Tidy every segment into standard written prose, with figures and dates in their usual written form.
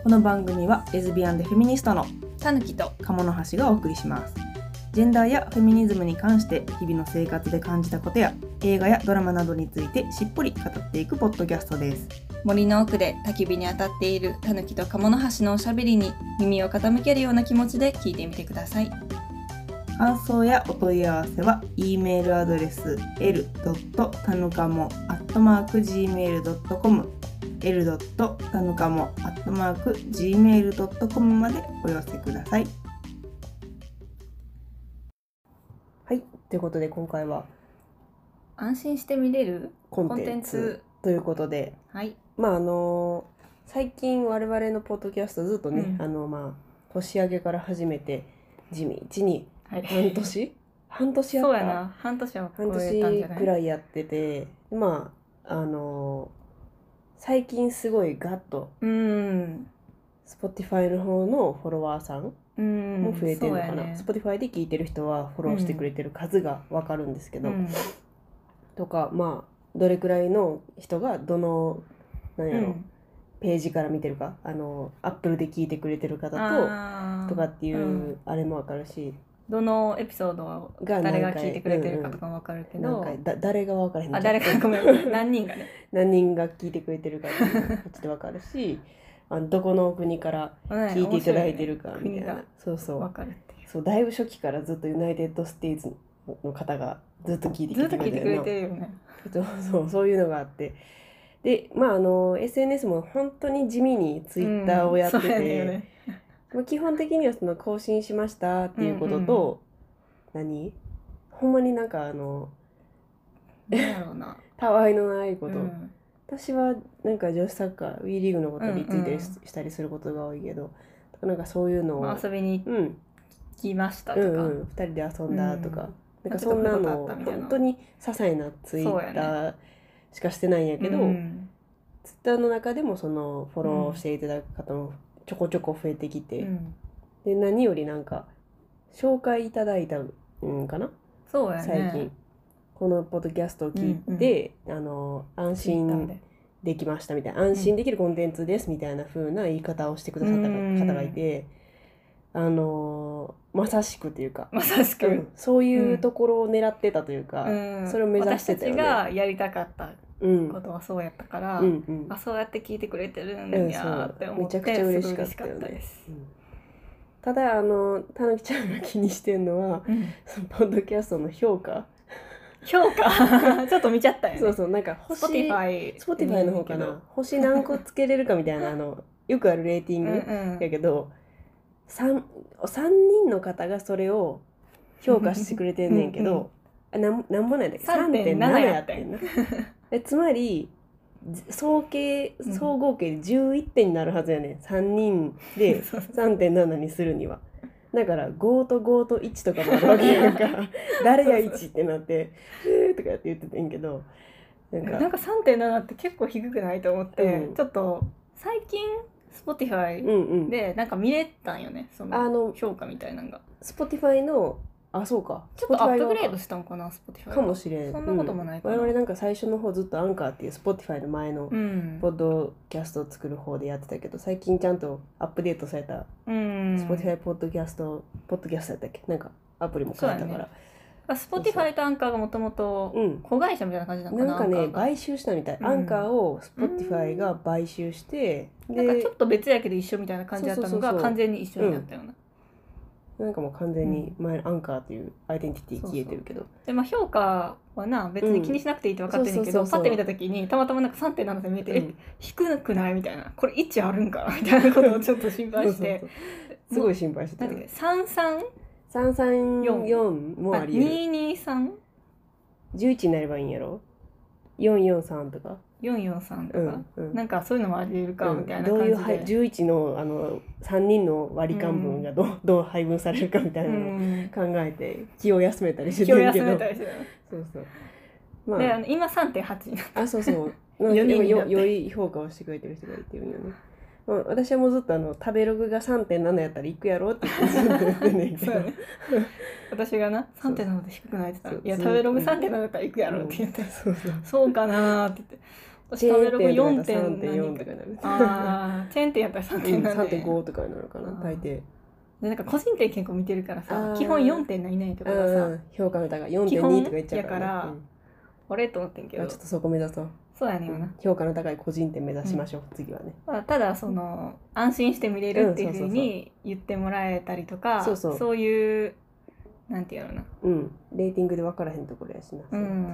この番組はレズビアンでフェミニストのたぬきと鴨の橋がお送りします。ジェンダーやフェミニズムに関して日々の生活で感じたことや映画やドラマなどについてしっぽり語っていくポッドキャストです。 森の奥で焚き火に当たっているたぬきと鴨の橋のおしゃべりに耳を傾けるような気持ちで聞いてみてください。 感想やお問い合わせは E メールアドレス l.tanukamo@gmail.com l.tanukamo@gmail.com までお寄せください。はい、ということで今回は安心して見れるコンテンツということで、 はい、 最近我々のポッドキャストずっとね、年明けから始めて地道に半年やったそうやな、半年は超えたんじゃない？ 半年くらいやってて、最近すごいガッとSpotify の方のフォロワーさんも増えてるのかな、Spotify で聞いてる人はフォローしてくれてる数が分かるんですけど、とかどれくらいの人がどのページから見てるか、Apple で聞いてくれてる方とかっていうあれも分かるし、 どのエピソードは誰が聞いてくれてるかとかも分かるけど、 誰が分からへんの？ 誰がごめん何人がね何人が聞いてくれてるかっていうのがこっちで分かるしどこの国から聞いていただいてるかみたいな、そう分かるっていう。 そう、だいぶ初期からずっとユナイテッドステイツの方がずっと聞いてくれてるよね。 そういうのがあって、でSNS も本当に地味にツイッターをやってて、基本的にはその更新しましたっていうことと、ほんまになんだろうなたわいのないこと、私はなんか女子サッカー WE リーグのことリツイートしたりすることが多いけど、なんかそういうのを遊びに行きましたとか、 2人で遊んだとか、なんかそんなの本当に些細なツイッターしかしてないんやけど、ツイッターの中でもそのフォローしていただく方もちょこちょこ増えてきて、で何よりなんか紹介いただいたかな、 そうやね、 最近このポッドキャストを聞いて、安心できましたみたいな、安心できるコンテンツですみたいな風な言い方をしてくださった方がいて、まさしくというか、そういうところを狙ってたというか、それを目指してたよね。 私たちがやりたかったことはそうやったから、そうやって聞いてくれてるんやって思って、 めちゃくちゃ嬉しかったよね。ただたぬきちゃんが気にしてるのは、そのポッドキャストの評価ちょっと見ちゃったよね。 そうなんかSpotify の方かな、星何個つけれるかみたいなよくあるレーティングやけど、3人の方がそれを評価してくれてんねんけどなんぼなんだっけ 3.7 やってんなつまり総合計で11点になるはずやねん、3人で 3.7 にするには。だから5と5と1とかもあるわけやんか誰が1ってなってとかって言ってたんけど、なんか 3.7 って結構低くないと思って、ちょっと最近Spotify でなんか見れたんよね、その評価みたいなのが。 Spotify のそうか、 ちょっとアップグレードしたんかな、Spotify かもしれん。 そんなこともないかな。 我々なんか最初の方ずっとアンカーっていう Spotify の前のポッドキャストを作る方でやってたけど、最近ちゃんとアップデートされた Spotify ポッドキャストやったっけ、なんかアプリも変えたから。 Spotify とアンカーがもともと子会社みたいな感じなのかな。 なんかね、買収したみたい。アンカーを Spotify が買収して、 なんかちょっと別やけど一緒みたいな感じだったのが完全に一緒になったような。 なんかもう完全に前のアンカーというアイデンティティ消えてるけど、 で評価は別に気にしなくていいって分かってるんだけど、パッて見た時にたまたまなんか 3.7 で見えて、低くないみたいな、これ1あるんかなみたいなことをちょっと心配してすごい心配してた。334もありえる。 223 11になればいいんやろ、443とか 443とか、なんかそういうのもありえるかみたいな感じで、 どういう11の3人の割り勘分がどう配分されるかみたいなのを考えて気を休めたりしてるけど、 そうで今 3.8 になった。 そうより評価をしてくれてる人がいてるよね。私はもうずっと食べログが 3.7 やったらいくやろって言ってんねんけど私がな 3.7 で低くないって言ったら、いや食べログ 3.7 だったらいくやろって言って、そうかなって言って、 私食べログ4 点点 3.4とかになる。 ああチェーン店やったら3点なんで、 3.5 とかになるかな大抵。 でなんか個人店結構見てるからさ、基本4点何々とかがさ、 評価の高い 4.2 とか言っちゃうから、ね、 やから、あれと思ってんけど、 ちょっとそこ目指そう。 そうやねんな、 評価の高い個人店目指しましょう、次はね。 ただその安心して見れるっていう風に言ってもらえたりとか、そういうなんていうのな、 レーティングで分からへんところやしな、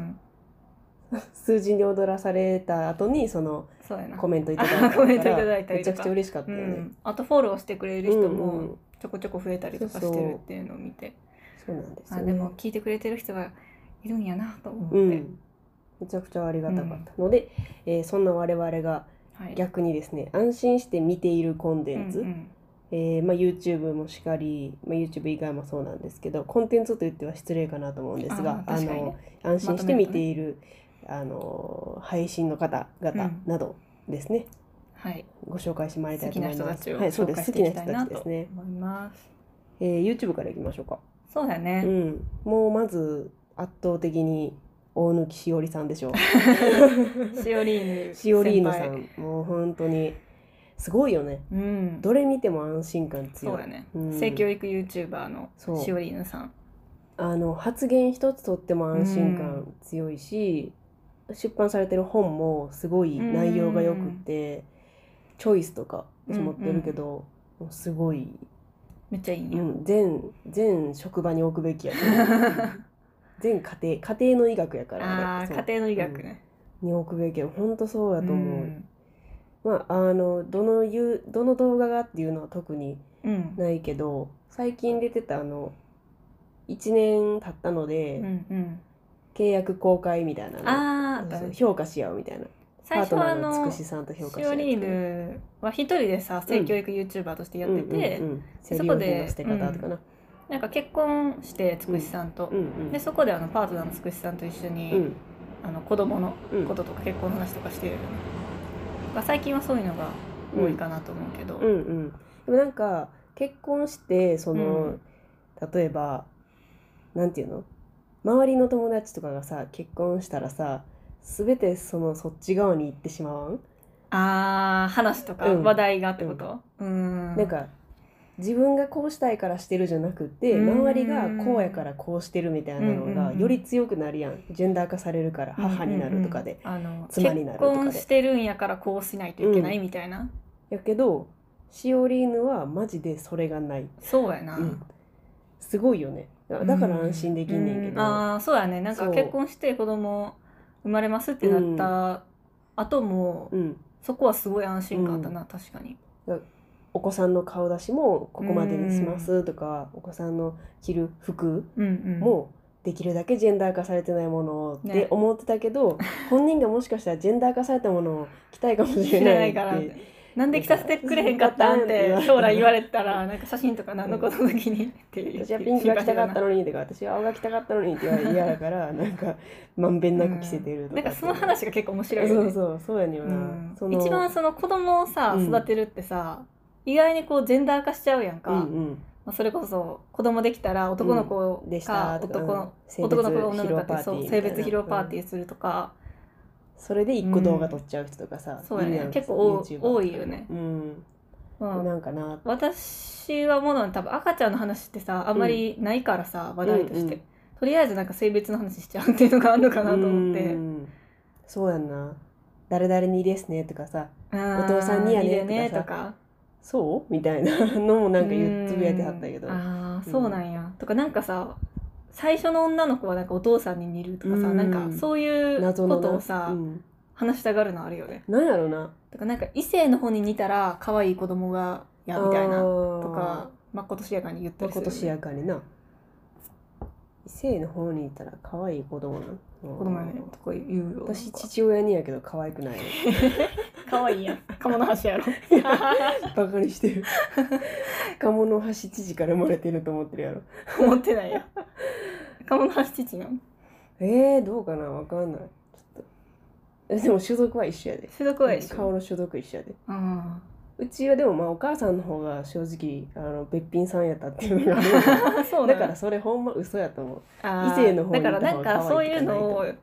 数字に踊らされた後にそのコメントいただいたからめちゃくちゃ嬉しかったよね、 あとフォローしてくれる人もちょこちょこ増えたりとかしてるっていうのを見て、 そうなんですよね。 でも聞いてくれてる人がいるんやなと思って、 めちゃくちゃありがたかったので、そんな我々が逆にですね、安心して見ているコンテンツ、YouTube もしかり、YouTube 以外もそうなんですけど、コンテンツと言っては失礼かなと思うんですが、安心して見ている、配信の方々などですね、ご紹介してまいりたいと思います。 好きな人たちを紹介していきたいなと思います。 YouTube からいきましょうか。 そうだね、 もうまず圧倒的に大貫しおりさんでしょう。 しおりーぬさん、もう本当にすごいよね、どれ見ても安心感強い。 そうやね、性教育 YouTuber のしおりーぬさん、 発言一つとっても安心感強いし、出版されてる本もすごい内容がよくて、チョイスとか私持ってるけど、すごいめっちゃいいよ、 全職場に置くべきや全家庭の医学やから、 家庭の医学ね、 に置くべきや。本当そうやと思う。どの動画がっていうのは特にないけど、最近出てた1年経ったので、契約公開みたいなの評価し合うみたいな。 最初はつくしさんと評価し合う。 しおりーぬは一人でさ、性教育 YouTuber としてやってて、そこでなんか結婚してつくしさんと、でそこでパートナーのつくしさんと一緒に、子供のこととか結婚の話とかしてるよね。最近はそういうのが多いかなと思うけど、 でもなんか結婚して例えばなんていうの、周りの友達とかがさ結婚したらさ、全てそっち側に行ってしまう。 話とか話題がってこと、 なんか自分がこうしたいからしてるじゃなくて、周りがこうやからこうしてるみたいなのがより強くなるやん。ジェンダー化されるから、母になるとかで、妻になるとかで、 結婚してるんやからこうしないといけないみたいな、 やけどしおりーぬはマジでそれがない。 そうやな、 すごいよね。だから安心できんねんけど、 そうやね。なんか結婚して子供生まれますってなった後も、そこはすごい安心感あったな、確かに。 お子さんの顔出しもここまでにしますとか、お子さんの着る服もできるだけジェンダー化されてないものって思ってたけど、本人がもしかしたらジェンダー化されたものを着たいかもしれないってなんで着させてくれへんかったんって将来言われたら、なんか写真とか何のことの時にっていう、 私はピンクが着たかったのにとか、私は青が着たかったのにって言われて嫌だから、なんかまんべんなく着せてるとか、 なんかその話が結構面白いよね。 そうやねんな、 一番その子供をさ育てるってさ、意外にこうジェンダー化しちゃうやんか、それこそ子供できたら男の子か男の子が女の子かって性別披露パーティーするとか、 それで一個動画撮っちゃう人とかさ、 そうやね、結構多いよね。 なんかな、 私はもの多分赤ちゃんの話ってさあんまりないからさ、話題として、とりあえずなんか性別の話しちゃうっていうのがあるのかなと思って、 そうやんな。誰々にですねとかさ、お父さんにやねとかそうみたいなのもなんかつぶやいてはったけど、 そうなんやとか、なんかさ最初の女の子はなんかお父さんに似るとかさ、なんかそういうことをさ、話したがるのあるよね。 なんやろな。 だからなんか異性の方に似たら可愛い子供がやみたいなとか、まことしやかに言ったりする、 まことしやかにな。異性の方にいたら可愛い子供な子供やねとか言うよ。 私父親にやけど可愛くない可愛いやん。鴨の橋やろ。 バカにしてる。鴨の橋父から生まれてると思ってるやろ。 思ってないや。鴨の橋父なの？ どうかな、わかんない。ちょっとでも種族は一緒やで。 種族は一緒。 顔の種族一緒やで。うちはでもお母さんの方が正直べっぴんさんやったっていうのがそうだからそれほんま嘘やと思う。異性の方にいた方が可愛いとかないと思う。 だからなんかそういうのを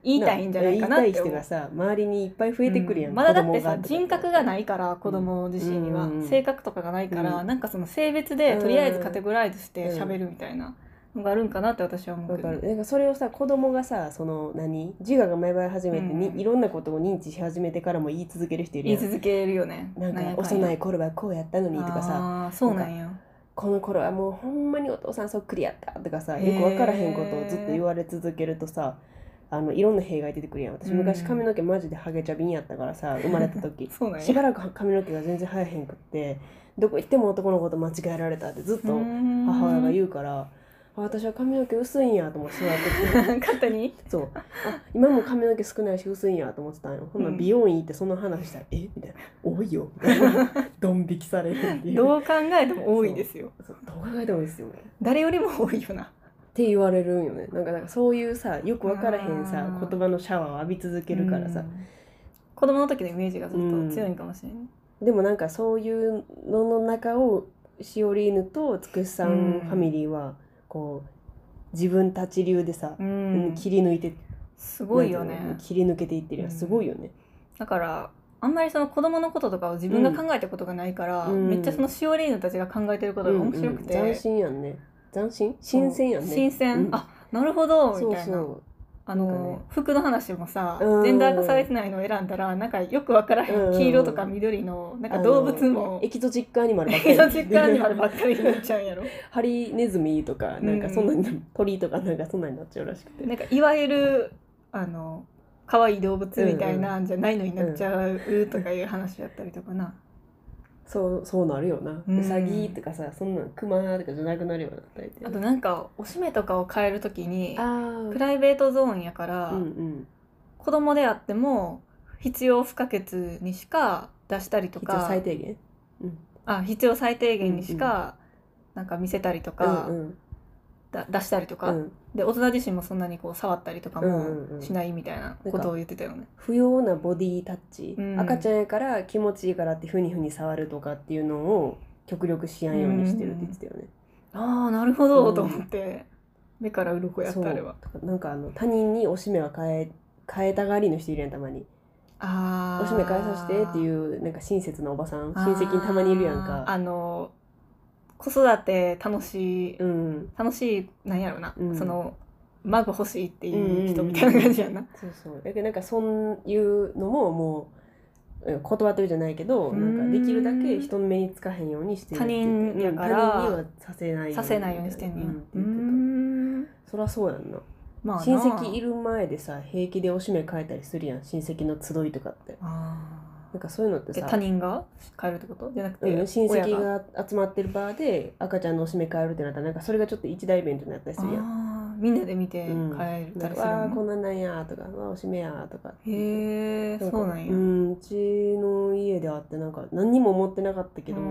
言いたいんじゃないかなって思う。 言いたい人がさ周りにいっぱい増えてくるやん、 まだだってさ人格がないから子供自身には、性格とかがないから、なんかその性別でとりあえずカテゴライズして喋るみたいなのがあるんかなって私は思うけど、 なんかそれをさ子供がさその自我が芽生え始めてに、いろんなことを認知し始めてからも言い続ける人いるやん。 言い続けるよね。 なんか幼い頃はこうやったのにとかさ、 そうなんや、 この頃はもうほんまにお父さんそっくりやったとかさ、よく分からへんことをずっと言われ続けるとさ、いろんな弊害出てくるやん。私昔髪の毛マジでハゲちゃびんやったからさ、生まれた時しばらく髪の毛が全然生えへんくって、どこ行っても男の子と間違えられたってずっと母親が言うから、私は髪の毛薄いんやと思って育ってて勝手にそう今も髪の毛少ないし薄いんやと思ってたんよ。ほんなら美容院行ってその話したらみたいな多いよみたいなドン引きされるっていう。 どう考えても多いですよ。 そうどう考えても多いですよね。 誰よりも多いよなって言われるんよね。なんかそういうさよく分からへんさ言葉のシャワーを浴び続けるからさ、 子供の時のイメージがずっと強いんかもしれない、 でもなんかそういうのの中をしおりーぬとつくしさんファミリーはこう自分たち流でさ、切り抜いてすごいよね。 切り抜けていってるやん、すごいよね。 だからあんまりその子供のこととかを自分が考えたことがないから、めっちゃそのしおりーぬたちが考えてることが面白くて、 斬新やんね。斬新新鮮やんね。 新鮮、あなるほどみたいな。服の話もさ、ジェンダー化されてないのを選んだらなんかよく分からへん黄色とか緑のなんか動物もエキゾチックアニマルばっかりエキゾチックアニマルばっかりになっちゃうんやろ。 ハリネズミとかなんかそんなに、鳥とかなんかそんなになっちゃうらしくて、 なんかいわゆる可愛い動物みたいなんじゃないのになっちゃうとかいう話だったりとかな。 そうなるよな。ウサギとかさそんなクマとかじゃなくなるような大体。 あとなんかおしめとかを変えるときにプライベートゾーンやから、子供であっても必要不可欠にしか出したりとか、 必要最低限、 必要最低限にしかなんか見せたりとか、出したりとか、で大人自身もそんなにこう触ったりとかもしないみたいなことを言ってたよね。 不要なボディタッチ、赤ちゃんやから気持ちいいからってふにふに触るとかっていうのを極力しやんようにしてるって言ってたよね。 ああなるほど、と思って目から鱗やったあれは。 なんか他人におしめは変えたがりの人いるやんたまに。おしめ変えさせてっていうなんか親切なおばさん親戚にたまにいるやんか。 子育て楽しい、楽しいなんやろな、その孫欲しいっていう人みたいな感じやな。 そうだけどなんかそういうのももう断ってるじゃないけど、なんかできるだけ人の目につかへんようにしてるって言って、 他人やから他人にはさせないようにしてんねや。そりゃそうやんな。 まあ、 親戚いる前でさ平気でおしめ変えたりするやん、親戚の集いとかって。なんかそういうのってさ他人が変えるってことじゃなくて、 親戚が集まってる場で赤ちゃんのおしめ変えるってなったらなんかそれがちょっと一大イベントになったりするやん。 みんなで見て変えたりするの、 こんなんやとかおしめやとか。 へえそうなんや。 うちの家であってなんか何にも思ってなかったけど、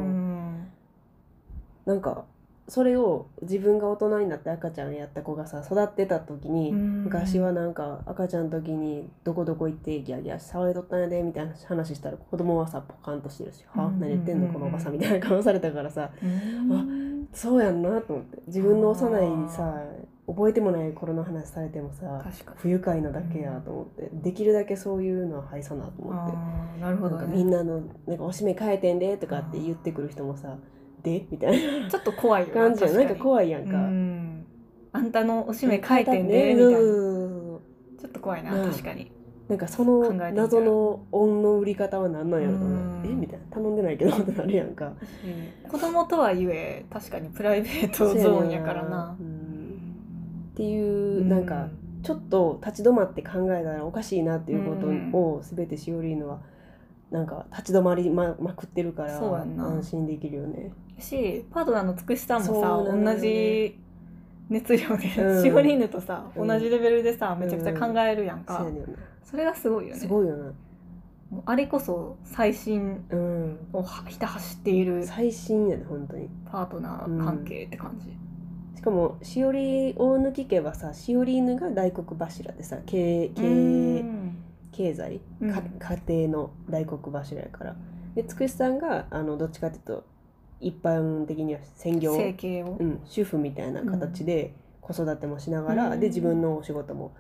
なんかそれを自分が大人になって赤ちゃんやった子がさ育ってた時に、昔はなんか赤ちゃんの時にどこどこ行ってギャギャ騒いとったんやでみたいな話したら子供はさポカンとしてるし、は何言ってんのこのおばさんみたいな顔されたからさ、そうやんなと思って。自分の幼いさ覚えてもない頃の話されてもさ不愉快なだけやと思って、できるだけそういうのは廃さなと思って。 なるほど、ね、 なんかみんなのなんかおしめ変えてんでとかって言ってくる人もさでみたいなちょっと怖いよ感じやなんか怖いやんか。 あんたのおしめ変えてんでみたいな、ちょっと怖いな、確かに。 なんかその謎の恩の売り方は何なんやろと思ってみたいな、頼んでないけどってなるやんか。 子供とはいえ確かにプライベートゾーンやからな、 っていうなんかちょっと立ち止まって考えたらおかしいなっていうことを全てしおりーのはなんか立ち止まり まくってるから安心できるよね。 しパートナーのつくしさんもさ、同じ熱量で、しおりーぬとさ、同じレベルでさめちゃくちゃ考えるやんか、それがすごいよね。 すごいよな。 あれこそ最新をひた走っている最新やね本当にパートナー関係って感じ。 しかもしおり大貫家はさしおりーぬが大黒柱でさ経済、家庭の大黒柱やから、でつくしさんがどっちかっていうと一般的には専業生計を、 主婦みたいな形で子育てもしながら、で自分のお仕事も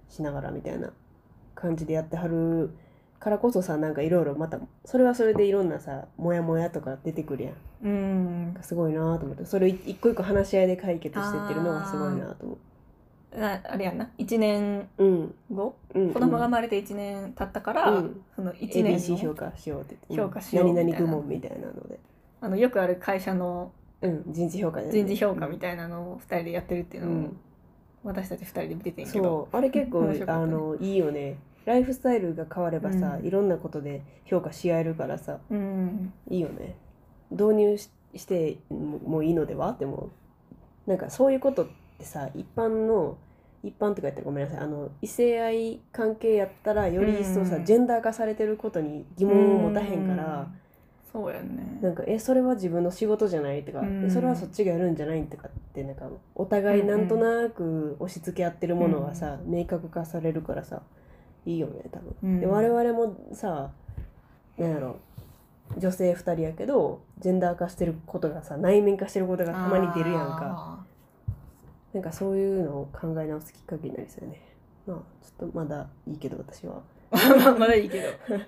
しながらみたいな感じでやってはるからこそさ、なんかいろいろまたそれはそれでいろんなさモヤモヤとか出てくるやん。すごいなと思って、それを一個一個話し合いで解決してってるのがすごいなと思う。 あれやんな、1年後、子供が生まれて1年経ったから、その1年の ABC 評価しようって言って、 評価しようみたいな、 何々部門みたいなので、 よくある会社の人事評価みたいなのを2人でやってるっていうのを、私たち2人で見ててんけど、 そうあれ結構いいよね。ライフスタイルが変わればさ、いろんなことで評価し合えるからさ、いいよね。導入してもいいのではっても、なんかそういうことってさ、一般とか言ったらごめんなさい、異性愛関係やったらより一層さ、ジェンダー化されてることに疑問を持たへんから、 そうやね。 なんかそれは自分の仕事じゃないとか、それはそっちがやるんじゃないとかって、なんかお互いなんとなく押し付け合ってるものがさ、明確化されるからさ、いいよね多分。で我々もさ、なんやろ、女性2人やけどジェンダー化してることがさ、内面化してることがたまに出るやんか。なんかそういうのを考え直すきっかけになりそうよね。まあちょっとまだいいけど私はまだいいけど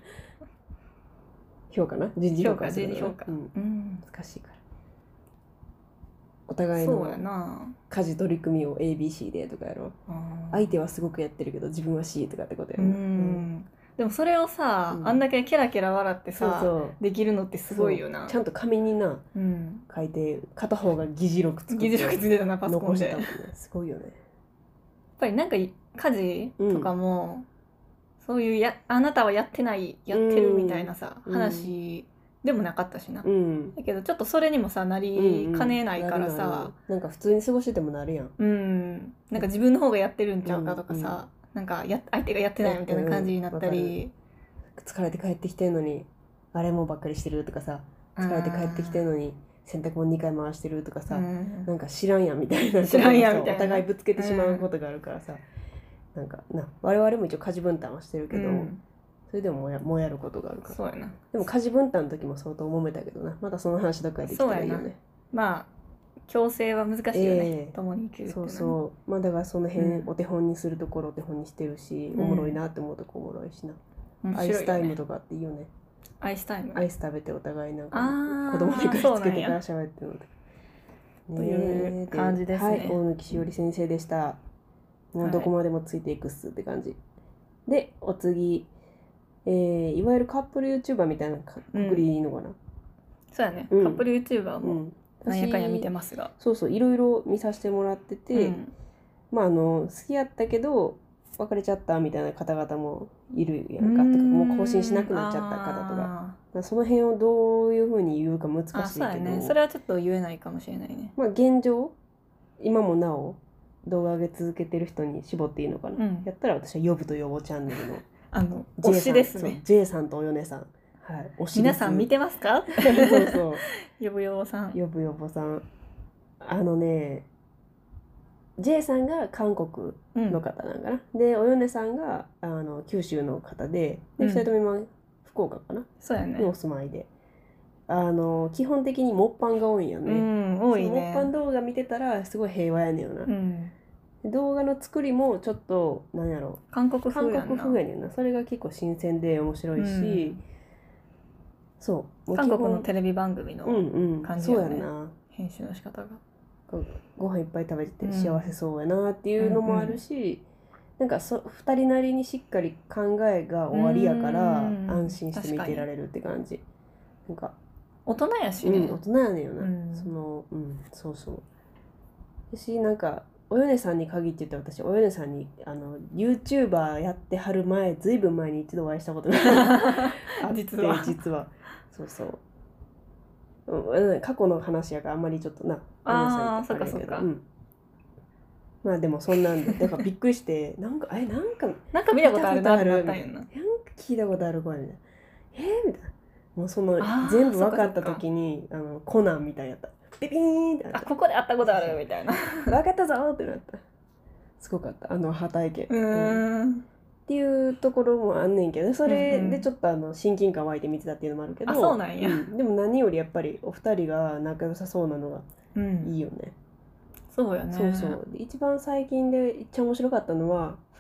評価な、人事評価するの、人事評価、 難しいから、お互いの家事取り組みを ABC でとかやろ。相手はすごくやってるけど自分は C とかってことやね。 でもそれをさ、あんだけケラケラ笑ってさ、できるのってすごいよな。 ちゃんと紙にな、書いて、片方が議事録作って議事録ついてたな、パソコンで。 すごいよね。やっぱりなんか家事とかも、そういうあなたはやってないやってるみたいなさ、話でもなかったしな。だけどちょっとそれにもさなりかねないからさ、 なんか普通に過ごしててもなるやん。 なんか自分の方がやってるんちゃうかとかさ、なんか相手がやってないみたいな感じになったり、 疲れて帰ってきてんのにあれもばっかりしてるとかさ、疲れて帰ってきてんのに洗濯物2回回してるとかさ、なんか知らんやんみたいな、お互いぶつけてしまうことがあるからさ、なんか我々も一応家事分担はしてるけど、それでももやることがあるから。 そうやな。 でも家事分担の時も相当揉めたけどな。またその話どっかでできたらいいよね。 まあ強制は難しいよね、共に生きるっていうのは。 そうまあだからその辺、お手本にするところお手本にしてるし、おもろいなって思うとこおもろいしな。アイスタイムとかっていいよね。 アイスタイム、 アイス食べてお互いなんか子供に食いつけてから喋ってるので、 という感じですね。 はい、大貫しおり先生でした。もうどこまでもついていくっすって感じで、お次、いわゆるカップル YouTuber みたいなくくりでいいのかな。 そうやね、カップル YouTuber もなんやかんや見てますが、 そういろいろ見させてもらってて、まあ好きやったけど別れちゃったみたいな方々もいるやんか。とかもう更新しなくなっちゃった方とか、その辺をどういうふうに言うか難しいけど、 そうやね、それはちょっと言えないかもしれないね。 まあ現状今もなお動画上げ続けてる人に絞っていいのかな、やったら私は呼ぶと呼ぼチャンネルの推しですね。 J さんとおよねさん、はい、推しです。 皆さん見てますか？ そう呼ぶよぼさん、 呼ぶよぼさん、J さんが韓国の方なんかな、でおよねさんが九州の方で、2人とも今福岡かな、 そうやね、 にお住まいで、基本的にモッパンが多いんよね。 多いね。 モッパン動画見てたらすごい平和やねんよな。動画の作りもちょっとなんやろ、 韓国風やねんな。それが結構新鮮で面白いし、そう韓国のテレビ番組の感じやね、編集の仕方が。 ご飯いっぱい食べてて幸せそうやなっていうのもあるし、なんか2人なりにしっかり考えが終わりやから安心して見てられるって感じ。なんか大人やしね、 大人やねんよな、そうし、なんかおよねさんに限って言って、私およねさんにYouTuber やってはる前、ずいぶん前に一度お会いしたことがあって実は過去の話やからあんまりちょっとな、 そうかそうか、 まあでもそんなんでだからびっくりしてなんか見たことあるなってなったんやな。 なんか聞いたことある声みたいな、みたいな、もうその全部分かった時にコナンみたいやった。ピピーンってなった。 ここで会ったことあるみたいな。 分かったぞってなった。すごかった歯体験。っていうところもあんねんけど、それでちょっと親近感湧いて見てたっていうのもあるけど、 そうなんや、 でも何よりやっぱりお二人が仲良さそうなのがいいよね。 そうよね。 そうで一番最近で一番面白かったのは、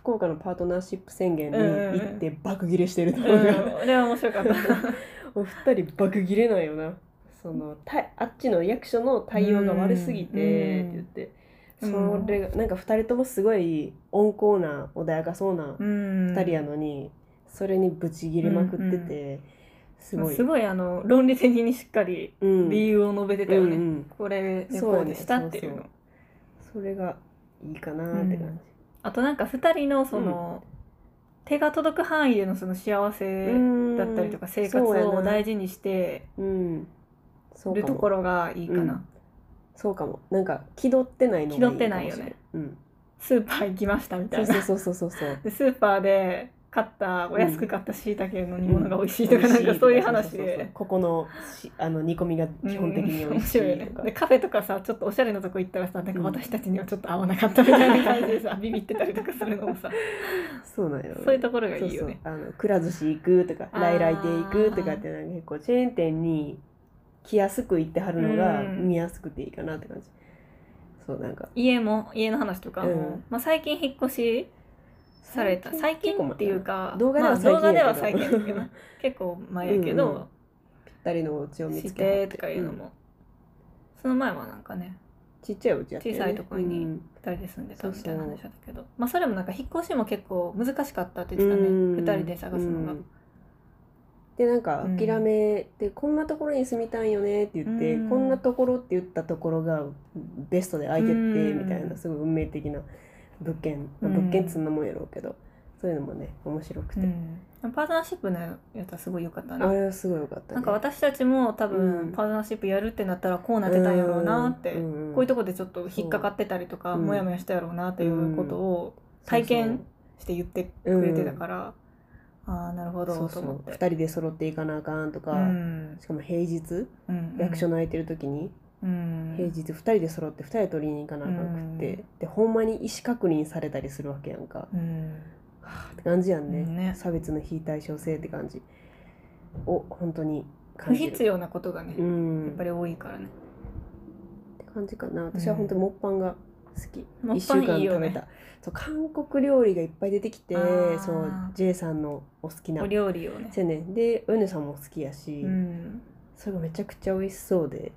福岡のパートナーシップ宣言に行って爆切れしてる動画、 あれは面白かったお二人爆切れないよな。あっちの役所の対応が悪すぎてって言って、それがなんか2人ともすごい温厚な穏やかそうな2人やのに、それにブチギレまくってて、すごい論理的にしっかり理由を述べてたよね、これでこうでしたっていうの。 それがいいかなって感じ。 あとなんか2人の手が届く範囲でのその幸せだったりとか生活を大事にしてるところがいいかな。 そうかも。なんか気取ってないのがいいかもしれない。気取ってないよね。 スーパー行きましたみたいな。 そうでスーパーでお安く買ったしいたけの煮物が美味しいとか、なんかそういう話で、 ここの煮込みが基本的に美味しいとか、面白いよね。 でカフェとかさ、ちょっとおしゃれなとこ行ったらさ、なんか私たちにはちょっと合わなかったみたいな感じでさビビってたりとかするのもさ、 そうなんよね。 そういうところがいいよね。 くら寿司行くとか来来亭行くとかって、なんか結構チェーン店に来やすく行ってはるのが見やすくていいかなって感じ。そうなんか家の話とかも、最近引っ越しされた、最近っていうか動画では最近だけど結構前やけど、 ぴったりのお家を見つけてとかいうのも、その前はなんかね、 ちっちゃいお家やったよね、 小さいところに2人で住んでたみたいな話だったけど、それもなんか引っ越しも結構難しかったって言ってたね、2人で探すのが。 でなんか諦めて、こんなところに住みたいよねって言って、こんなところって言ったところがベストで空いてってみたいな、すごい運命的な物件っつんなもんやろうけど、そういうのもね面白くて、 パートナーシップのやつはすごい良かったね。 あれはすごい良かったね。 なんか私たちも多分パートナーシップやるってなったらこうなってたんやろうなって、こういうとこでちょっと引っかかってたりとか、モヤモヤしたやろうなっていうことを体験して言ってくれてたから、ああなるほどと思って。 2人で揃っていかなあかんとか、しかも平日、役所の空いてる時に、平日2人で揃って2人で取りに行かなあかんくって、でほんまに意思確認されたりするわけやんか、はあって感じやんね、差別の非対称性って感じを本当に感じる。 不必要なことがね、やっぱり多いからねって感じかな。私は本当にモッパンが好き。 1週間食べた。 そう韓国料理がいっぱい出てきて、そう J さんのお好きなお料理をね。 そうね。でウヌさんも好きやし、それがめちゃくちゃ美味しそうで、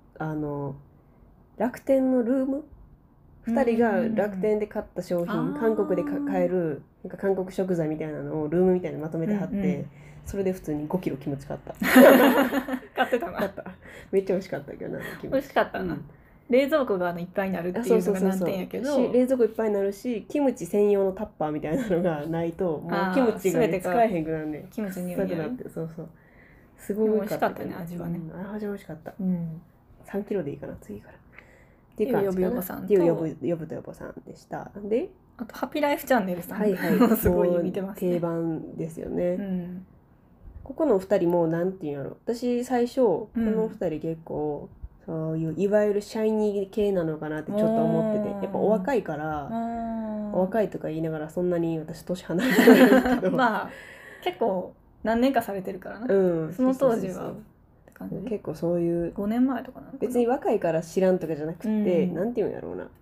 楽天のルーム、2人が楽天で買った商品、韓国で買えるなんか韓国食材みたいなのをルームみたいにまとめて貼って、それで普通に5キロキムチ買った買ってたな。 買った。めっちゃ美味しかったけどな、 美味しかったな。冷蔵庫がいっぱいになるっていうのが難点やけど、 冷蔵庫いっぱいになるし、キムチ専用のタッパーみたいなのがないともうキムチが、ね、使えへんくなるね。 キムチに臭くなって、そうすごい美味しかったね、味はね。 味は美味しかった。3キロでいいかな、次から。 っていう呼ぶよぼさんと呼ぶとよぼさんでした。で、 あとハッピーライフチャンネルさん、すごい見てますね。 定番ですよね。ここの2人もなんていうんやろ。私最初この2人結構そういういわゆるシャイニー系なのかなってちょっと思ってて、やっぱお若いから、お若いとか言いながらそんなに私年離れてないけどまあ結構何年かされてるからな、その当時は結構そういう 5年前とかなのかな。 別に若いから知らんとかじゃなくて、なんていうんやろうな、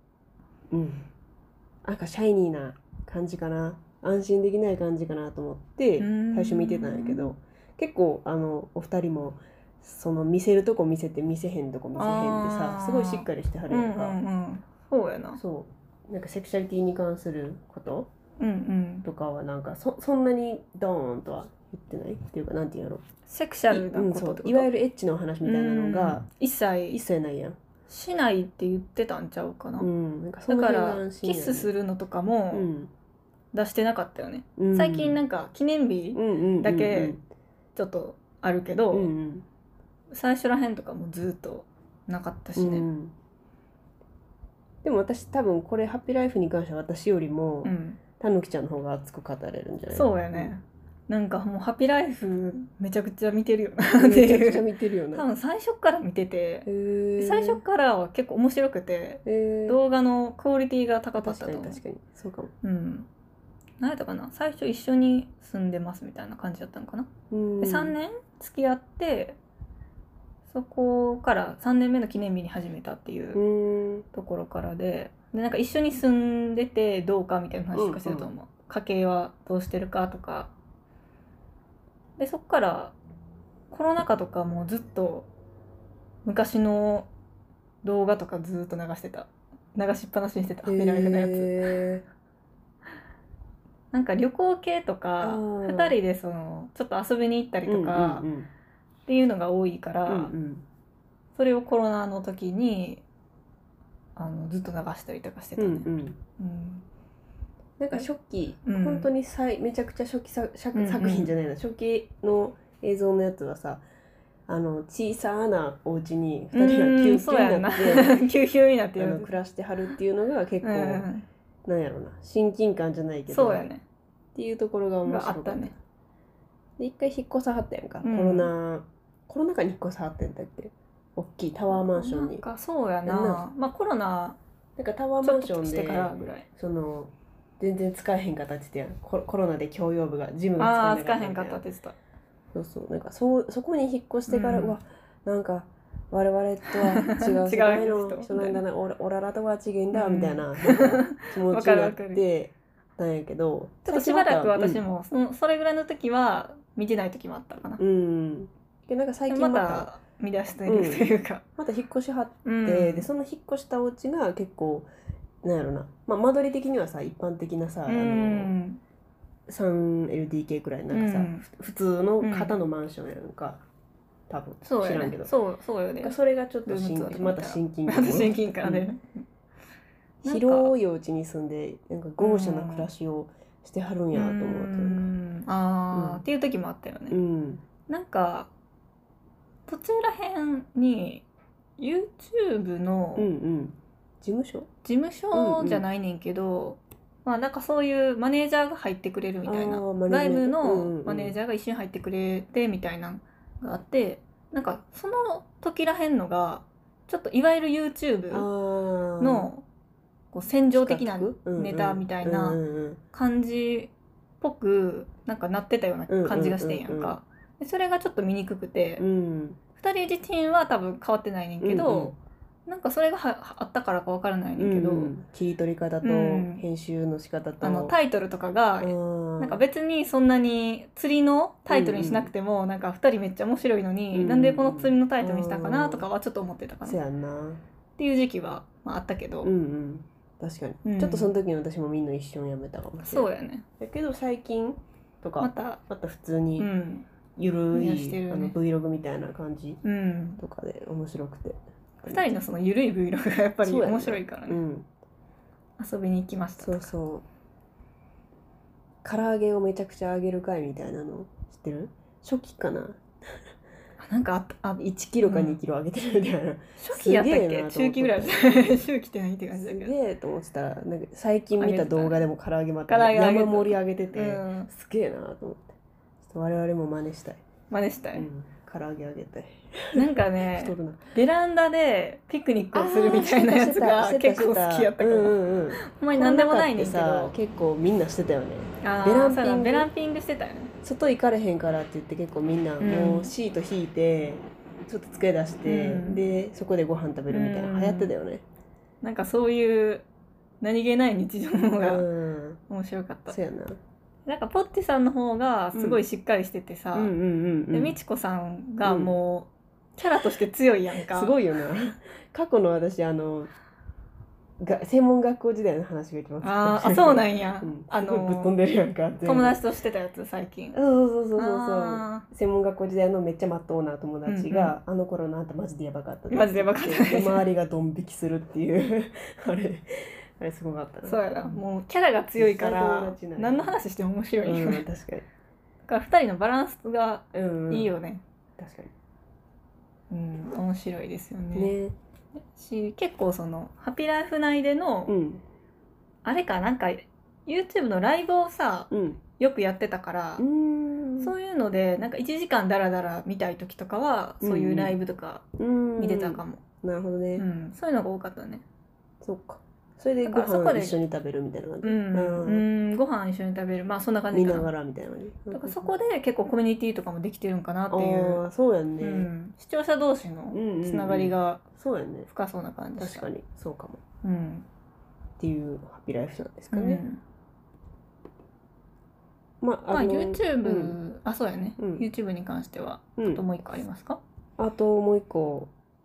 なんかシャイニーな感じかな、安心できない感じかなと思って最初見てたんやけど、結構お二人もその見せるとこ見せて見せへんとこ見せへんってさ、すごいしっかりしてはるやんか。 そうやな。 そうなんかセクシャリティに関することとかはなんかそんなにドーンとは言ってないっていうか、なんていうんやろ、 セクシャルなことってこと、 いわゆるエッチの話みたいなのが一切ないやん。 しないって言ってたんちゃうかな。 なんかだからキスするのとかも出してなかったよね。最近なんか記念日だけちょっとあるけど、最初らへんとかもずっとなかったしね。でも私多分これハッピーライフに関しては私よりもたぬきちゃんの方が熱く語れるんじゃない？ そうやね。なんかもうハッピーライフめちゃくちゃ見てるよなめちゃくちゃ見てるよな。 多分最初から見てて、最初からは結構面白くて、動画のクオリティが高かったと思う。 確かにそうかも。 何やったかな、最初一緒に住んでますみたいな感じだったのかな。で3年付き合って、そこから3年目の記念日に始めたっていうところからで、 でなんか一緒に住んでてどうかみたいな話とかしてると思う、家計はどうしてるかとかで、そっからコロナ禍とかもずっと昔の動画とかずっと流してた、流しっぱなしにしてた、見られてたやつ。なんか旅行系とか2人でそのちょっと遊びに行ったりとかっていうのが多いから、それをコロナの時にずっと流したりとかしてたね。 なんか初期、本当にめちゃくちゃ初期作品じゃないな、初期の映像のやつはさ、小さなお家に2人が急遽になって急遽になって暮らしてはるっていうのが結構、なんやろな、親近感じゃないけど、 そうやねっていうところが面白かった。 ね。 で一回引っ越さはったやんか、コロナ禍に引っ越さはってんだって、大きいタワーマンションに。 なんかそうやな、まあコロナなんかタワーマンションでぐらいその全然使えへんかったって言ってやん、コロナで共用部がジムが使えへんかったって言ってた。 そうそう、なんかそこに引っ越してから、うわ、なんか我々とは違う世界の人なんだな、オララとは違うんだみたいな気持ちになってたんやけど、 ちょっとしばらく私もそれぐらいの時は見てない時もあったかな。 でなんか最近また見出してるというか、 また引っ越しはって、でその引っ越したお家が結構なんやろな、まあ間取り的にはさ一般的なさ、3LDK くらいなんかさ、普通の型のマンションやんか、多分知らんけど、 そうよね。 それがちょっとまた親近感で、 広いお家に住んでなんか豪華な暮らしをしてはるんやと思うと、 っていう時もあったよね。なんか途中らへんに YouTube の事務所じゃないねんけど、まあなんかそういうマネージャーが入ってくれるみたいな、外部のマネージャーが一緒に入ってくれてみたいなのがあって、なんかその時らへんのがちょっといわゆる YouTube のこう戦場的なネタみたいな感じっぽくなんかなってたような感じがしてんやんか。でそれがちょっと見にくくて、2人自身は多分変わってないねんけど、なんかそれがあったからか分からないねんけど、 切り取り方と編集の仕方と、 タイトルとかがなんか別にそんなに釣りのタイトルにしなくても、なんか2人めっちゃ面白いのに、なんでこの釣りのタイトルにしたかなとかはちょっと思ってたかな。 そうやんなっていう時期は、まあ、あったけど、 確かに、ちょっとその時に私も見んの一瞬やめたかもしれない。 そうやね。 だけど最近とかまた普通にゆるい、Vlog みたいな感じとかで面白くて、 2人のそのゆるい Vlog がやっぱり面白いからね、遊びに行きました。 そうそう、唐揚げをめちゃくちゃ揚げる会みたいなの知ってる？初期かな、 なんか 1キロか2キロ揚げてるみたいな、 初期やったっけ？中期ぐらい中期って何って感じだけど、 すげえと思ってたら、なんか最近見た動画でも唐揚げまた山盛り揚げてて、すげえなと思って、ちょっと我々も真似したい、唐揚げ揚げたい。 なんかねベランダでピクニックをするみたいなやつが結構好きやったから、ほんまに何でもないねんけど、 結構みんなしてたよね。 ベランピングしてたよね。 外行かれへんからって言って結構みんなもうシート引いてちょっと机出して、でそこでご飯食べるみたいな流行ってたよね。 なんかそういう何気ない日常の方が面白かった。 そうやな。 なんかポッティさんの方がすごいしっかりしててさ、でみちこさんがもうキャラとして強いやんか。 すごいよな。過去の私専門学校時代の話がいきます。 そうなんや。 ぶっ飛んでるやんか。 友達としてたやつ最近。 そう専門学校時代のめっちゃまっとうな友達が、あの頃のあんたマジでやばかった。 マジでやばかった。 周りがドン引きするっていうあれすごかったな。 そうやな。もうキャラが強いから何の話しても面白いよね。 確かに。 だから2人のバランスがいいよね。 確かに。面白いですよね。結構そのハピライフ内での、あれかなんか YouTube のライブをさ、よくやってたから、そういうのでなんか1時間ダラダラ見たい時とかはそういうライブとか見てたかも。 なるほどね。 そういうのが多かったね。 そっか。それでご飯一緒に食べるみたいな感じ。 ご飯一緒に食べる、まあそんな感じかな。 見ながらみたいな感じ。 だからそこで結構コミュニティとかもできてるんかなっていう。 そうやんね。 視聴者同士のつながりがそうやね。 深そうな感じ。 確かにそうかも。 っていうハッピーライフなんですかね。 YouTube、そうやね、YouTube に関しては、あともう一個ありますか？ あともう一個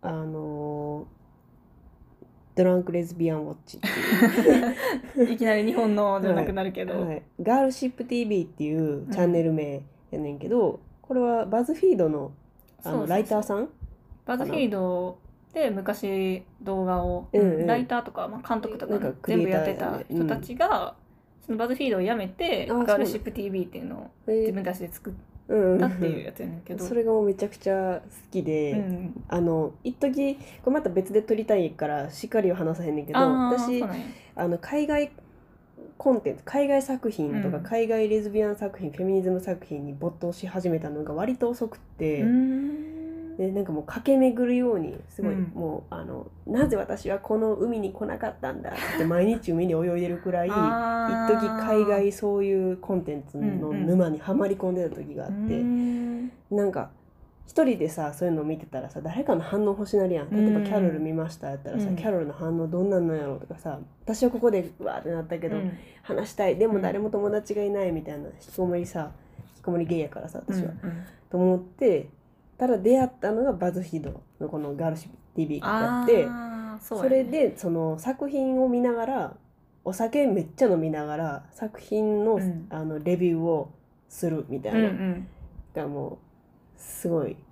ドランクレズビアンウォッチっていういきなり日本のじゃなくなるけど、 ガールシップ TV っていうチャンネル名やねんけど、これはバズフィードのライターさん、 バズフィードで昔動画を、ライターとか、監督とか全部やってた人たちが、そのバズフィードをやめてガールシップ TV っていうのを自分たちで作ったっていうやつやねんけど、 それがもうめちゃくちゃ好きで、一時これまた別で撮りたいからしっかりは話さへんねんけど、私海外コンテンツ、海外作品とか海外レズビアン作品、フェミニズム作品に没頭し始めたのが割と遅くて、でなんかもう駆け巡るようにすごい、もうなぜ私はこの海に来なかったんだって毎日海に泳いでるくらい一時海外そういうコンテンツの沼にはまり込んでた時があって、なんか一人でさそういうのを見てたらさ誰かの反応欲しなるやん。例えばキャロル見ましたやったらさ、キャロルの反応どんなんのやろうとかさ、私はここでうわーってなったけど、話したいでも誰も友達がいないみたいな引きこもりゲイやからさ私は、と思ってたら出会ったのがバズフィードのこのガールシップ TV があって、それでその作品を見ながらお酒めっちゃ飲みながら作品の、レビューをするみたいな、がもうすごい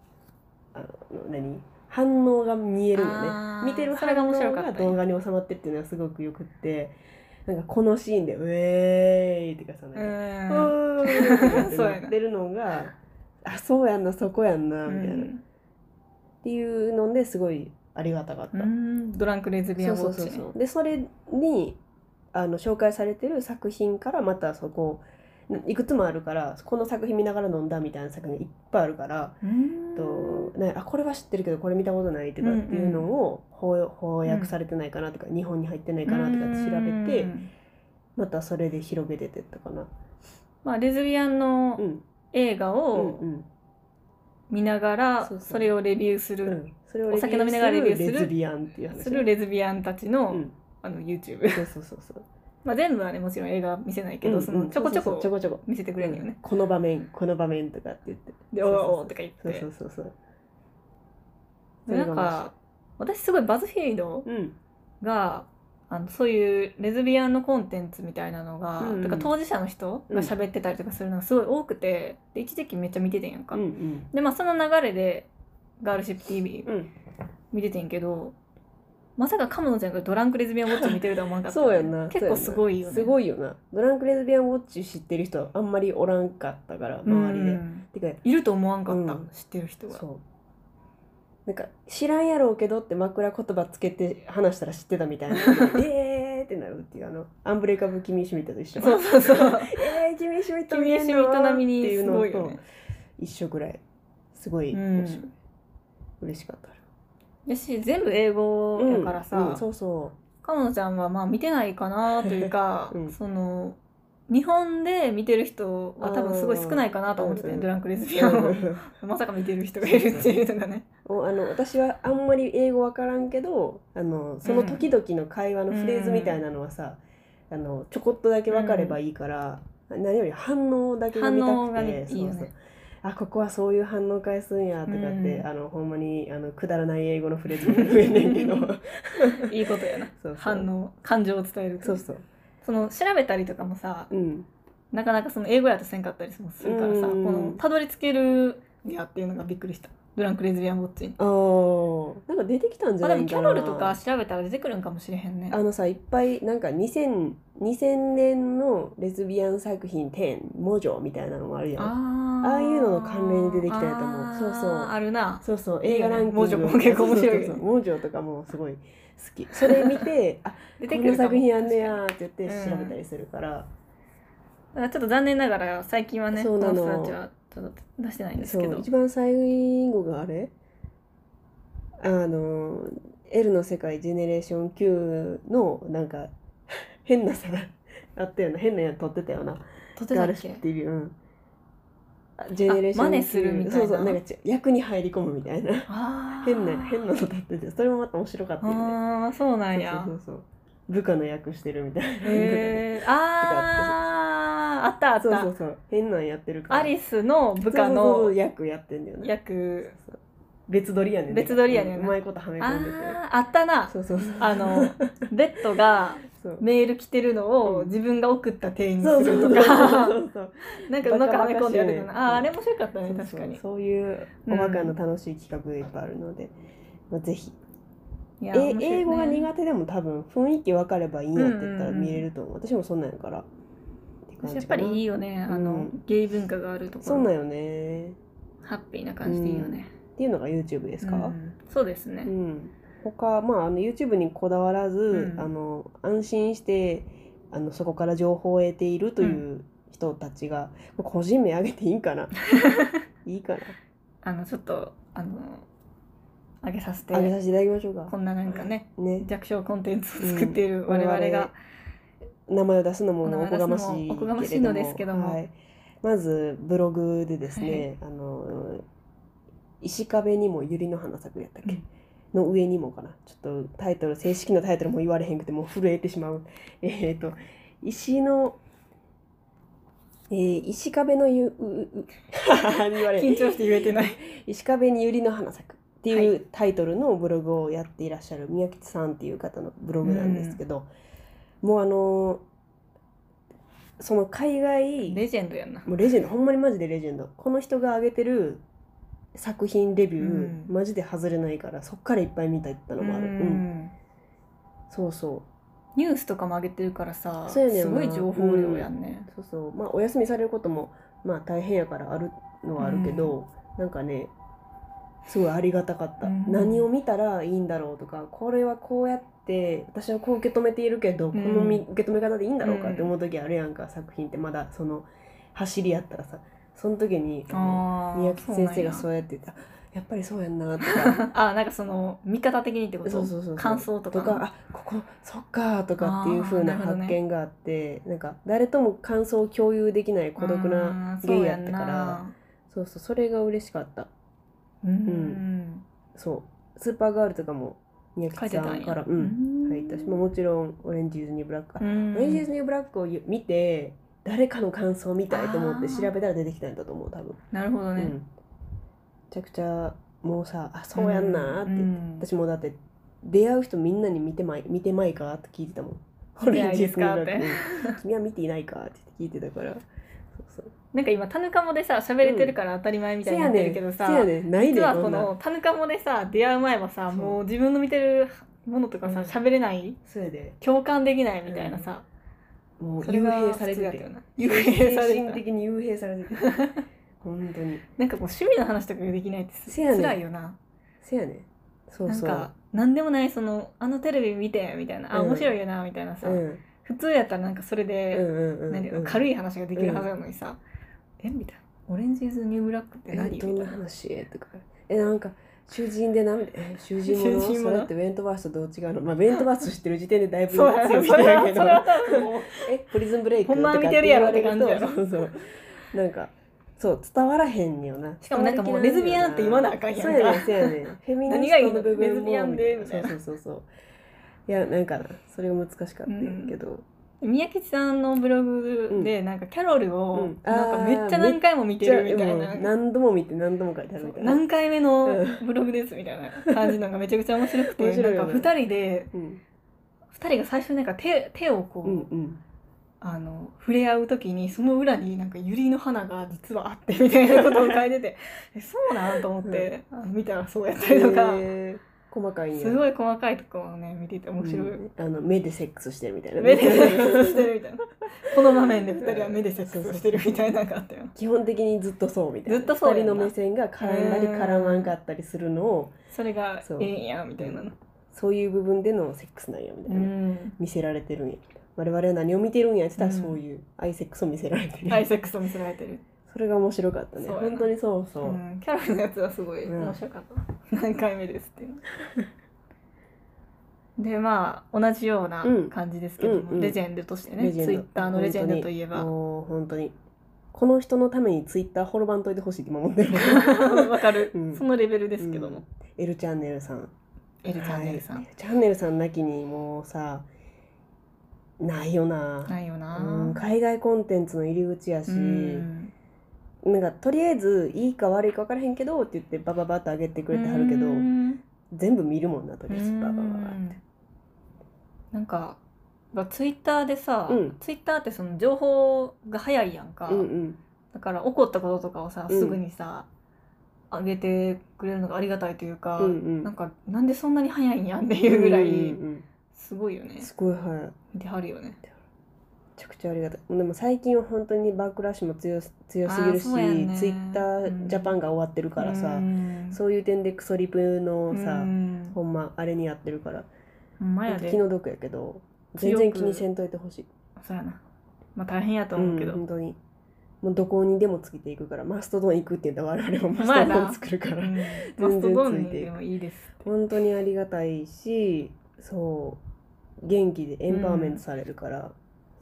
反応が見えるよね。見てる反応が動画に収まってっていうのがすごくよくって、なんかこのシーンでウェーイってかさ、なんかうーってなってるのがそうやんなそこやんなみたいな、っていうのですごいありがたかった。 ドランクレズビアンウォッチ。 そうでそれに紹介されてる作品からまたそこいくつもあるから、この作品見ながら飲んだみたいな作品いっぱいあるから、これは知ってるけどこれ見たことないとかっていうのを翻訳されてないかなとか、日本に入ってないかなとかって調べて、またそれで広げてってったかな。 レズビアンの映画を見ながらそれをレビューする、お酒飲みながらレビューするレズビアンっていう話、 レズビアンたちの、YouTube。全部はねもちろん映画見せないけど、そのちょこちょこ見せてくれるよね。 この場面とかって言って、 でおーとか言って、なんか私すごいバズフィードが、そういうレズビアンのコンテンツみたいなのが、だから当事者の人が喋ってたりとかするのがすごい多くて、で一時期めっちゃ見ててんやんか、でその流れでガールシップ TV 見ててんけど、まさかカムノちゃんがドランクレズビアンウォッチ見てるとは思わなかった、 そうやな。 結構すごいよね。 すごいよな。ドランクレズビアンウォッチ知ってる人はあんまりおらんかったから周りで、 てかいると思わんかった、知ってる人が。 そうなんか知らんやろうけどって枕言葉つけて話したら知ってたみたいなってなるっていうアンブレイカブルキミ・シュミットと一緒。 そうキミ・シュミット見えんの並みにっていうのと一緒ぐらいすごい面白い、嬉しかった。 やし全部英語やからさ、カモノちゃんは見てないかなというか、その日本で見てる人は多分すごい少ないかなと思ってて、ドランクレズビアンをまさか見てる人がいるっていうのがね。 私はあんまり英語わからんけど、その時々の会話のフレーズみたいなのはさ、ちょこっとだけ分かればいいから、何より反応だけが見たくて、 いいよね。 ここはそういう反応返すんやとかって、ほんまにくだらない英語のフレーズも増えねんけどいいことやな。反応、感情を伝える。その調べたりとかもさ、なかなかその英語やとせんかったりするからさ、このたどり着けるやっていうのがびっくりした。ドランクレズビアンウォッチに。 なんか出てきたんじゃないかな。 でもキャロルとか調べたら出てくるんかもしれへんね。 いっぱいなんか2000年のレズビアン作品10モジョみたいなのもあるやん。ああいうのの関連で出てきたやと思う。 あるな。 映画ランキングモジョも結構面白い。 モジョとかもすごい好き。それ見てこの作品やんねやって言って調べたりするから。 だからちょっと残念ながら最近はね、この人たちはちょっと出してないんですけど。 一番最後があれL の世界ジェネレーション Q のなんか変なさあったよな、変なやつ撮ってたよな。 撮ってたっけ？ ジェネレーション Q 真似するみたいな。 なんか役に入り込むみたいな変なの撮ってて、それもまた面白かったよね。 そうなんや。 部下の役してるみたいな。 あった。 そう変なんやってるから。 アリスの部下の役やってんだよね。 そう別撮りやねん。 別撮りやねん。 うまいことはめ込んでて。 あったな。 そう。 ベッドがメール来てるのを自分が送った店員にするとか、なんかうまくはめ込んでやるかな。あれ面白かったね、確かに。 そういうおバカの楽しい企画がいっぱいあるので、ぜひ。英語が苦手でも多分雰囲気分かればいいんやって言ったら見れると思う。私もそんなんやから。 やっぱりいいよね、ゲイ文化があるところ。 そうなんよね。 ハッピーな感じでいいよね。 っていうのが YouTube ですか？ そうですね。 他YouTube にこだわらず、安心してそこから情報を得ているという人たちが、個人名挙げていいんかな？いいかな？ちょっと挙げさせていただきましょうか。こんななんかね弱小コンテンツを作っている我々が名前を出すのもおこがましいのですけども、 まずブログでですね、石壁にも百合の花咲くやったっけ、の上にもかな、ちょっとタイトル、正式なタイトルも言われへんくてもう震えてしまう。石壁の言われ緊張して言えてない石壁に百合の花咲くっていうタイトルのブログをやっていらっしゃる宮吉さんっていう方のブログなんですけど、もうその海外レジェンドやんな。 もうレジェンド、ほんまにマジでレジェンド。この人が上げてる作品レビュー、マジで外れないから、そっからいっぱい見たいったのもある。そうニュースとかも上げてるからさ、すごい情報量やんね。 お休みされることも大変やからあるのはあるけど、なんかねすごいありがたかった。何を見たらいいんだろうとか、これはこうやって私はこう受け止めているけど、この受け止め方でいいんだろうかって思う時あるやんか、作品ってまだその走りやったらさ、その時に宮吉先生がそうやって言ったら、やっぱりそうやんなとかなんかその見方的にってこと？感想とかここそっかとかっていう風な発見があって、なんか誰とも感想を共有できない孤独なゲイやったから、それが嬉しかった。そうスーパーガールとかも宮吉さんから入ったし、もちろんオレンジーズニューブラック、オレンジーズニューブラックを見て誰かの感想を見たいと思って調べたら出てきたんだと思う、多分。 なるほどね。 めちゃくちゃもうさ、そうやんなって、私もだって出会う人みんなに見てまいかって聞いてたもん。 オレンジーズニューブラック君は見ていないかって聞いてたから。 なんか今タヌカモでさ喋れてるから当たり前みたいになってるけどさ、実はこのタヌカモでさ出会う前はさ、もう自分の見てるものとかさ喋れない、共感できないみたいなさ、 もう幽閉されてて、精神的に幽閉されてて本当になんかもう趣味の話とかができないって辛いよな。 せやね。 なんか何でもない、テレビ見てみたいな、面白いよなみたいなさ、普通やったらなんかそれで軽い話ができるはずなのにさ、みたいな、オレンジーズニューブラックって何？ どんな話とか、なんか囚人で囚人ものそれってウェントバースとどう違うの？ウェントバース知ってる時点でだいぶ強いみたいだけどプリズンブレイクほんま見てるやろって感じやろ。 なんか伝わらへんよな。 しかもなんかもうレズビアンって言わなあかんやんか。 そうやねフェミニストの部分もレズビアンでみたいな。いやなんかそれが難しかったけど、 宮吉さんのブログでなんかキャロルをなんかめっちゃ何回も見てるみたいな、 何度も見て何度も書いてあるみたいな、 何回目のブログですみたいな感じのがめちゃくちゃ面白くて、なんか2人が最初なんか手をこう触れ合う時にその裏になんか百合の花が実はあってみたいなことを書いててそうなんと思って見たらそうやったりとか。 細かいんや。 すごい細かいところをね見てて面白い。 目でセックスしてるみたいな。 目でセックスしてるみたいな。この場面で2人は目でセックスしてるみたいなのがあったよ。 基本的にずっとそうみたいな。 ずっとそう。 2人の目線が絡んだり絡まんかったりするのを、 それがええんやみたいなの。 そういう部分でのセックスなんやみたいな。見せられてるんや。我々は何を見てるんやって言ったらそういうアイセックスを見せられてる。 アイセックスを見せられてる。 それが面白かったね。本当にそう。 キャロルのやつはすごい面白かった。何回目ですっていう。で同じような感じですけども、レジェンドとしてね、ツイッターのレジェンドといえばもう本当にこの人のためにツイッター滅ばんといてほしいって思ってる。 わかる、そのレベルですけども、 Lチャンネルさん、 Lチャンネルさん、 チャンネルさんなきにもうさないよな。 ないよな、 海外コンテンツの入り口やし、なんかとりあえずいいか悪いか分からへんけどって言ってバババッと上げてくれてはるけど、全部見るもんな、とりあえずババババって。 なんかツイッターでさ、ツイッターってその情報が早いやんか、だから起こったこととかをさ、すぐにさ上げてくれるのがありがたいというか、なんでそんなに早いんやんっていうぐらいすごいよね。 すごい早い。 見てはるよね。 めちゃくちゃありがたい。でも最近は本当にバックラッシュも強すぎるし、ツイッタージャパンが終わってるからさ、そういう点でクソリプのさ、ほんまあれにやってるから気の毒やけど、全然気にせんといてほしい。 そうやな。まあ大変やと思うけど、 本当にもうどこにでもついていくから、マストドン行くって言ったら我々もマストドン作るから、 全然ついていく。いいです。 本当にありがたいし、そう元気でエンパワーメントされるから、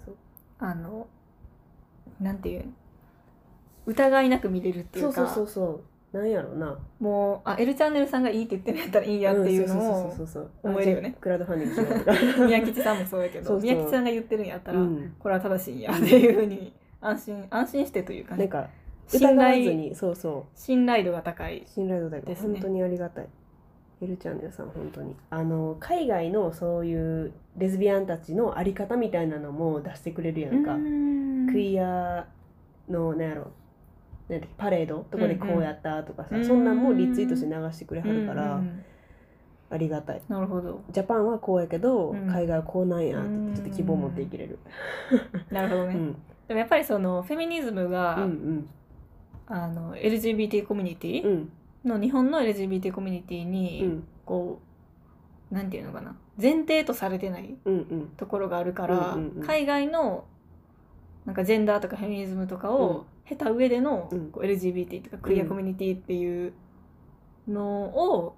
なんていう疑いなく見れるっていうか、 そうなんやろうな、 もうL チャンネルさんがいいって言ってんやったらいいやっていうのを思えるよね。 クラウドファンディングしようとか宮吉さんもそうやけど、宮吉さんが言ってるんやったら、これは正しいんやっていうふうに安心してというかね、 なんか疑わずに、 信頼度が高い。 信頼度高いですね。本当にありがたい。L チャンネルさん本当に海外のそういうレズビアンたちのあり方みたいなのも出してくれるやんか。クイアのなんやろ、パレードとかでこうやったとかさ、そんなんもリツイートして流してくれはるから、ありがたい。 なるほど。 ジャパンはこうやけど、海外はこうなんやってちょっと希望を持っていけれる。 なるほどね。でもやっぱりそのフェミニズムが、LGBT コミュニティの、日本の LGBT コミュニティに、こうなんていうのかな、前提とされてないところがあるから、海外のなんかジェンダーとかフェミニズムとかを経た上での、LGBT とかクイアコミュニティっていうのを、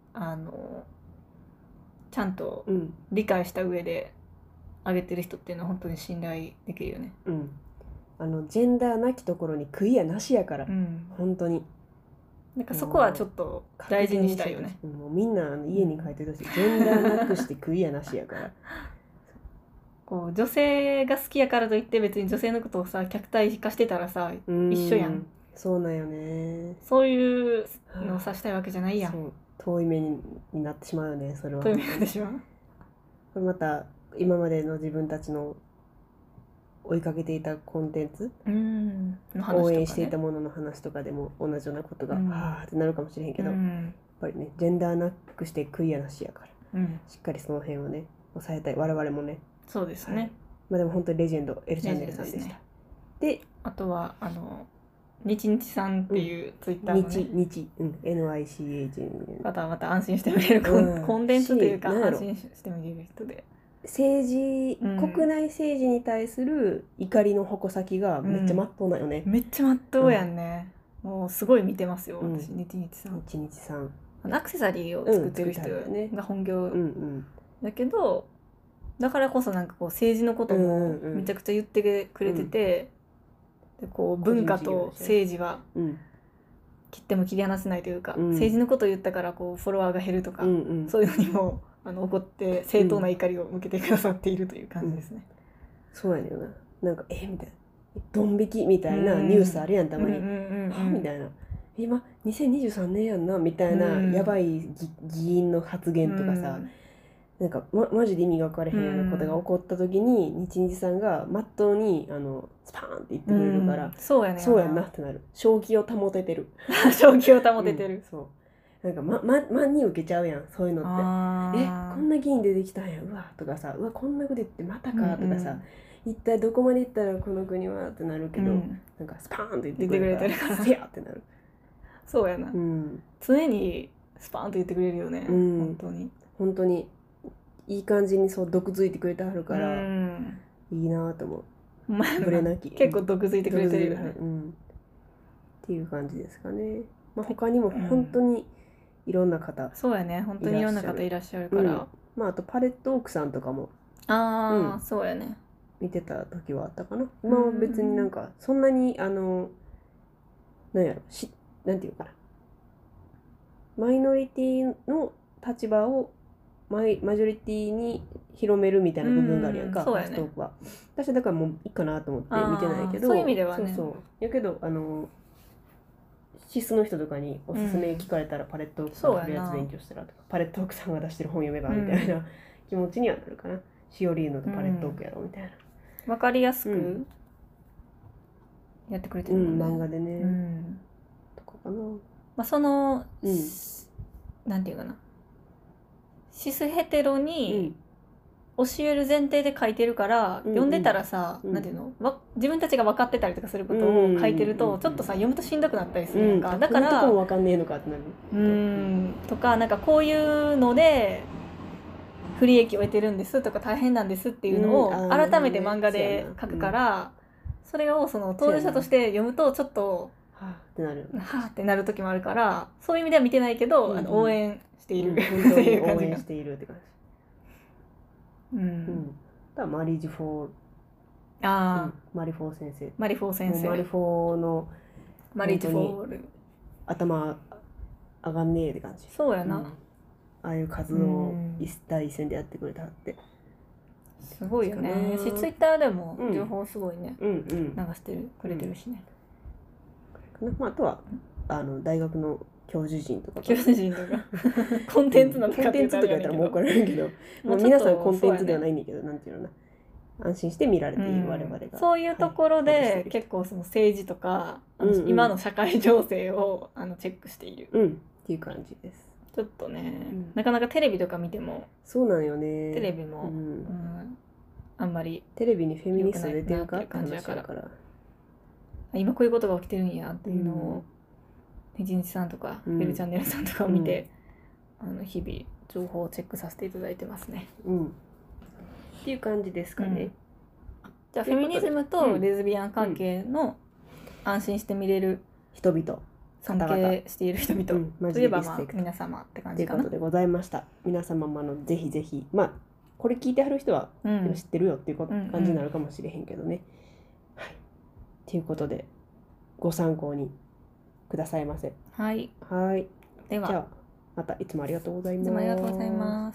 ちゃんと理解した上で上げてる人っていうのは本当に信頼できるよね。 ジェンダーなきところにクイアなしやから、本当になんかそこはちょっと大事にしたいよね。 もうみんな家に書いてるし、ジェンダーなくしてクイアなしやからこう女性が好きやからといって別に女性のことをさ客体化してたらさ一緒やん。 そうなんよね。 そういうのを指したいわけじゃないやん。 そう遠い目になってしまうよね、それは。 遠い目になってしまう。 これまた今までの自分たちの追いかけていたコンテンツ、応援していたものの話とかでも同じようなことが、はーってなるかもしれへんけど、やっぱりねジェンダーなくしてクイアなしやから、しっかりその辺をね抑えたい、我々もね。 そうですね。 まあでも本当にレジェンド L チャンネルさんでした。であとは日日さんっていうツイッターのね、 日NICH また安心して見れるコンテンツというか安心して見れる人で、 政治、国内政治に対する怒りの矛先がめっちゃまっとうなよね。 めっちゃまっとうやんね。もうすごい見てますよ、私日日さん。 日日さんアクセサリーを作ってる人が本業だけど、だからこそなんかこう政治のこともめちゃくちゃ言ってくれてて、でこう文化と政治は切っても切り離せないというか、政治のことを言ったからこうフォロワーが減るとか、そういうのにも怒って正当な怒りを向けてくださっているという感じですね。 そうやねんな。なんかみたいなドン引きみたいなニュースあるやん、たまに。みたいな、今2023年やんなみたいな、やばい議員の発言とかさ、なんかマジで意味が分からへんようなことが起こった時に、日日さんがまっとうにスパーンって言ってくれるから、 そうやね、 そうやんなってなる。正気を保ててる。 正気を保ててる。 そうなんか万人受けちゃうやん、そういうのって。こんな議員出てきたんや、うわとかさ、うわこんなこと言ってまたかとかさ、一体どこまで行ったらこの国はってなるけど、なんかスパーンと言ってくれるからせやってなる。 そうやな、常にスパーンと言ってくれるよね、 本当にいい感じに毒づいてくれてはるから、いいなと思う。ブレなき結構毒づいてくれてるよね、 っていう感じですかね。まあ他にも本当にいろんな方、 そうやね、本当にいろんな方いらっしゃるから、 まああとパレットオークさんとかもそうやね、 見てた時はあったかな。今は別になんかそんなになんやろなんていうかな、マイノリティの立場をマジョリティに広めるみたいな部分があるやんか、 そうやね、 ファーストトークは。私だからもういいかなと思って見てないけど、 そういう意味ではね。 そうやけどシスの人とかにおすすめ聞かれたらパレットオークさんのやつ勉強したらとか、パレットオークさんが出してる本読めばみたいな気持ちにはなるかな。シオリーノとパレットオークやろみたいな。 わかりやすくやってくれてるもんね。 漫画でね。とかかな。 その、なんていうかな。シスヘテロに教える前提で書いてるから、読んでたらさ、なんていうの、自分たちが分かってたりとかすることを書いてると、ちょっとさ読むとしんどくなったりするのか、だからこういうとこも分かんねえのかってなる。 とかなんかこういうので不利益を得てるんですとか大変なんですっていうのを改めて漫画で書くから、それをその当事者として読むとちょっとはぁってなる時もあるから、そういう意味では見てないけど、応援している、 本当に応援しているって感じ。だからマリージュフォー、マリフォー先生、 マリフォー先生、 マリフォーのマリージュフォー頭上がんねえって感じ。 そうやな、 ああいう活動を第一線でやってくれたってすごいよね。しツイッターでも情報すごいね、流してくれてるしね。 あとは大学の教授陣とかコンテンツなんてコンテンツとかやったらもう怒られるけど、もう皆さんコンテンツではないんだけど、なんていうのな、安心して見られている我々が、 そういうところで結構その政治とか今の社会情勢をチェックしているっていう感じです。 ちょっとね、なかなかテレビとか見てもそうなんよね。 テレビもあんまりテレビにフェミニスト出てるかって話だから、 今こういうことが起きてるんやっていうのをねじんちさんとかベルチャンネルさんとかを見て、日々情報をチェックさせていただいてますね。 っていう感じですかね。 じゃあフェミニズムとレズビアン関係の安心して見れる人々、 尊敬している人々といえば皆様って感じかな。 ということでございました。皆様もぜひぜひ、これ聞いてはる人は知ってるよっていう感じになるかもしれへんけどね。はい。ということでご参考にくださいませ。 はい。 では、じゃあまたいつもありがとうございます。 いつもありがとうございます。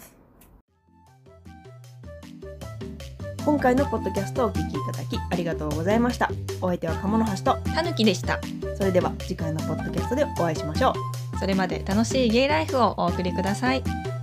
今回のポッドキャストをお聞きいただきありがとうございました。お相手は鴨の橋とたぬきでした。 それでは次回のポッドキャストでお会いしましょう。 それまで楽しいゲイライフをお送りください。